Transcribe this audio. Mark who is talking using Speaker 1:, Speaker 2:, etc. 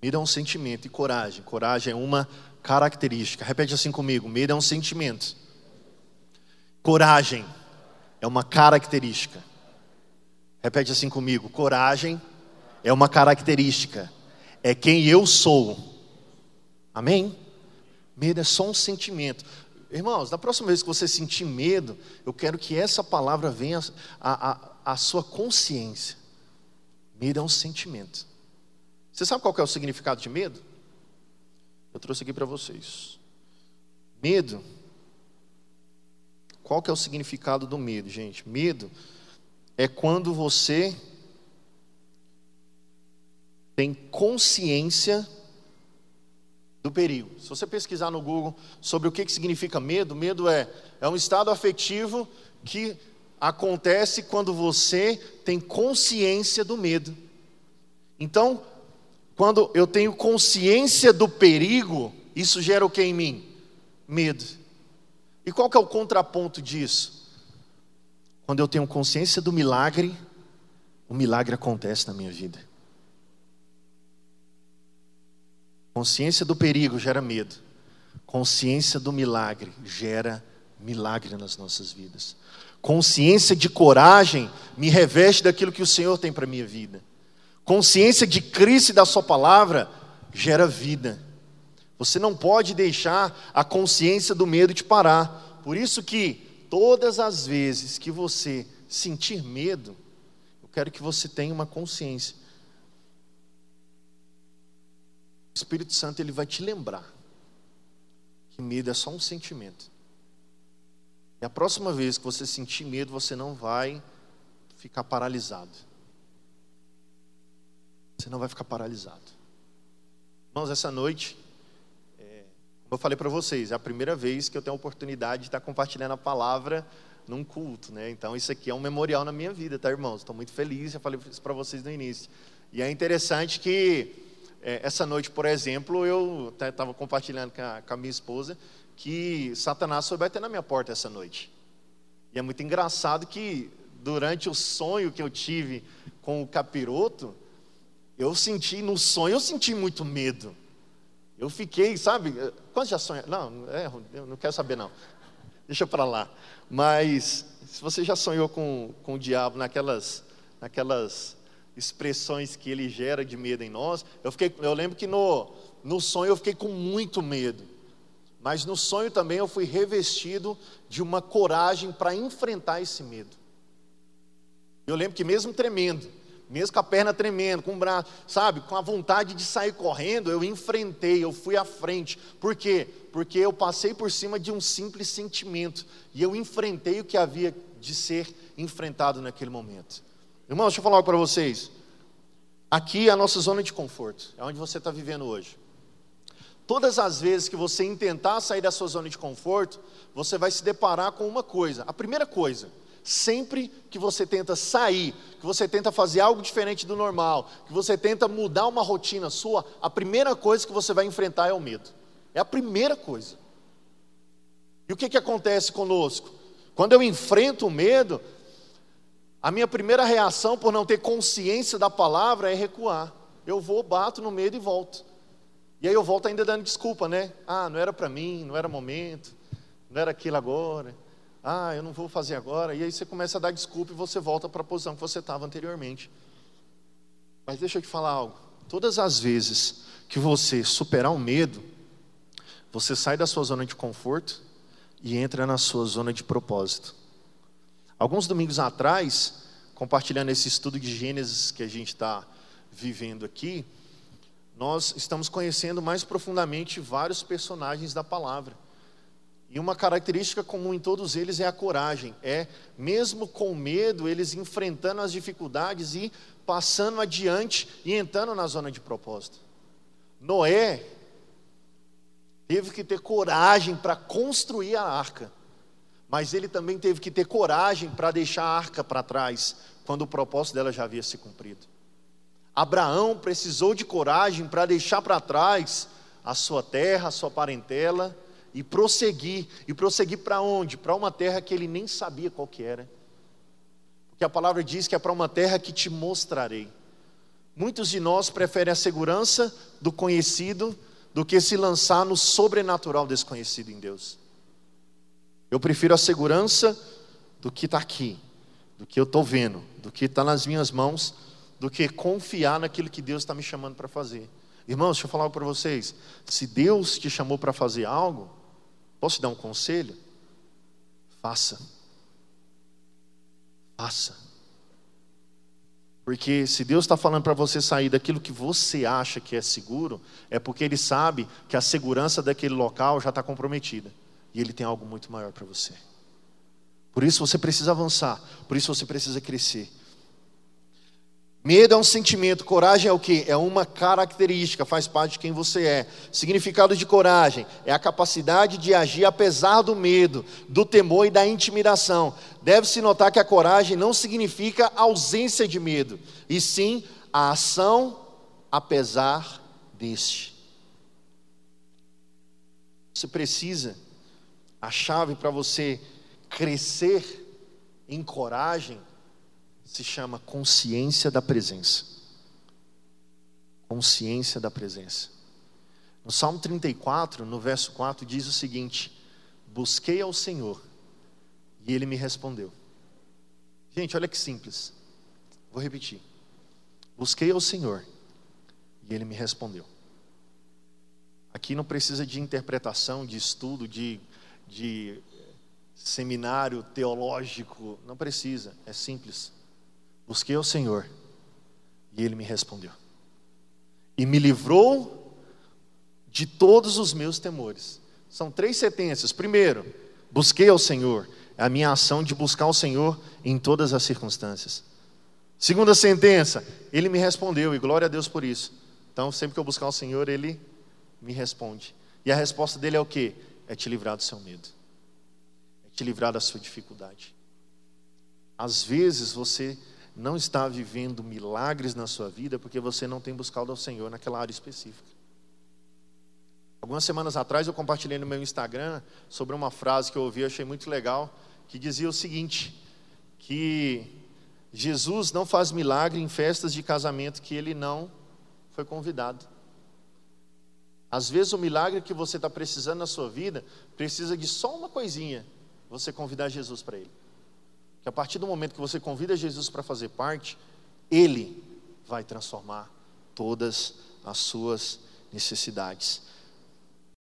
Speaker 1: Medo é um sentimento. E coragem? Coragem é uma característica. Repete assim comigo: medo é um sentimento. Coragem é uma característica. Repete assim comigo: coragem é uma característica. É quem eu sou. Amém? Medo é só um sentimento. Irmãos, da próxima vez que você sentir medo, eu quero que essa palavra venha à sua consciência. Medo é um sentimento. Você sabe qual que é o significado de medo? Eu trouxe aqui para vocês. Medo. Qual que é o significado do medo, gente? Medo é quando você tem consciência do perigo. Se você pesquisar no Google sobre o que significa medo, medo é um estado afetivo que acontece quando você tem consciência do medo. Então, quando eu tenho consciência do perigo, isso gera o que em mim? Medo. E qual que é o contraponto disso? Quando eu tenho consciência do milagre, o milagre acontece na minha vida. Consciência do perigo gera medo. Consciência do milagre gera milagre nas nossas vidas. Consciência de coragem me reveste daquilo que o Senhor tem para a minha vida. Consciência de Cristo e da sua palavra gera vida. Você não pode deixar a consciência do medo te parar. Por isso que todas as vezes que você sentir medo, eu quero que você tenha uma consciência. O Espírito Santo, ele vai te lembrar que medo é só um sentimento. E a próxima vez que você sentir medo, você não vai ficar paralisado. Você não vai ficar paralisado. Irmãos, essa noite, como eu falei para vocês, é a primeira vez que eu tenho a oportunidade de estar compartilhando a palavra num culto, né? Então isso aqui é um memorial na minha vida, tá, irmãos? Estou muito feliz, já falei isso para vocês no início. E é interessante que essa noite, por exemplo, eu estava compartilhando com a minha esposa que Satanás foi bater na minha porta essa noite. E é muito engraçado que durante o sonho que eu tive com o capiroto, no sonho eu senti muito medo. Eu fiquei, sabe, quantos já sonharam? Não, eu não quero saber não, deixa para lá. Mas se você já sonhou com o diabo naquelas expressões que ele gera de medo em nós, eu lembro que no sonho eu fiquei com muito medo. Mas no sonho também eu fui revestido de uma coragem para enfrentar esse medo. Eu lembro que mesmo tremendo, mesmo com a perna tremendo, com o braço, sabe, com a vontade de sair correndo, eu enfrentei, eu fui à frente. Por quê? Porque eu passei por cima de um simples sentimento. E eu enfrentei o que havia de ser enfrentado naquele momento. Irmãos, deixa eu falar algo para vocês. Aqui é a nossa zona de conforto, é onde você está vivendo hoje. Todas as vezes que você intentar sair da sua zona de conforto, você vai se deparar com uma coisa. A primeira coisa, sempre que você tenta sair, que você tenta fazer algo diferente do normal, que você tenta mudar uma rotina sua, a primeira coisa que você vai enfrentar é o medo. É a primeira coisa. E o que acontece conosco? Quando eu enfrento o medo, a minha primeira reação, por não ter consciência da palavra, é recuar. Eu vou, bato no medo e volto. E aí eu volto ainda dando desculpa, né? Não era para mim, não era momento, não era aquilo agora. Eu não vou fazer agora. E aí você começa a dar desculpa e você volta para a posição que você estava anteriormente. Mas deixa eu te falar algo. Todas as vezes que você superar o medo, você sai da sua zona de conforto e entra na sua zona de propósito. Alguns domingos atrás, compartilhando esse estudo de Gênesis que a gente está vivendo aqui, nós estamos conhecendo mais profundamente vários personagens da palavra. E uma característica comum em todos eles é a coragem. Mesmo com medo, eles enfrentando as dificuldades e passando adiante e entrando na zona de propósito. Noé teve que ter coragem para construir a arca. Mas ele também teve que ter coragem para deixar a arca para trás, quando o propósito dela já havia se cumprido. Abraão precisou de coragem para deixar para trás a sua terra, a sua parentela, e prosseguir. E prosseguir para onde? Para uma terra que ele nem sabia qual que era. Porque a palavra diz que é para uma terra que te mostrarei. Muitos de nós preferem a segurança do conhecido do que se lançar no sobrenatural desconhecido em Deus. Eu prefiro a segurança do que está aqui, do que eu estou vendo, do que está nas minhas mãos, do que confiar naquilo que Deus está me chamando para fazer. Irmãos, deixa eu falar algo para vocês. Se Deus te chamou para fazer algo, posso te dar um conselho? Faça. Faça. Porque se Deus está falando para você sair daquilo que você acha que é seguro, é porque Ele sabe que a segurança daquele local já está comprometida. E Ele tem algo muito maior para você. Por isso você precisa avançar. Por isso você precisa crescer. Medo é um sentimento, coragem é o quê? É uma característica, faz parte de quem você é. Significado de coragem é a capacidade de agir apesar do medo, do temor e da intimidação. Deve-se notar que a coragem não significa ausência de medo, e sim a ação apesar deste. Você precisa, a chave para você crescer em coragem se chama consciência da presença. Consciência da presença. No Salmo 34, no verso 4, diz o seguinte: busquei ao Senhor e Ele me respondeu. Gente, olha que simples. Vou repetir. Busquei ao Senhor e Ele me respondeu. Aqui não precisa de interpretação, de estudo, de seminário teológico. Não precisa, é simples. Busquei ao Senhor e Ele me respondeu. E me livrou de todos os meus temores. São 3 sentenças. Primeiro, busquei ao Senhor. É a minha ação de buscar o Senhor em todas as circunstâncias. Segunda sentença, Ele me respondeu, e glória a Deus por isso. Então, sempre que eu buscar o Senhor, Ele me responde. E a resposta dele é o quê? É te livrar do seu medo. É te livrar da sua dificuldade. Às vezes você não está vivendo milagres na sua vida porque você não tem buscado ao Senhor naquela área específica. Algumas semanas atrás eu compartilhei no meu Instagram sobre uma frase que eu ouvi, achei muito legal, que dizia o seguinte, que Jesus não faz milagre em festas de casamento que Ele não foi convidado. Às vezes o milagre que você está precisando na sua vida precisa de só uma coisinha, você convidar Jesus para Ele. Que a partir do momento que você convida Jesus para fazer parte, Ele vai transformar todas as suas necessidades.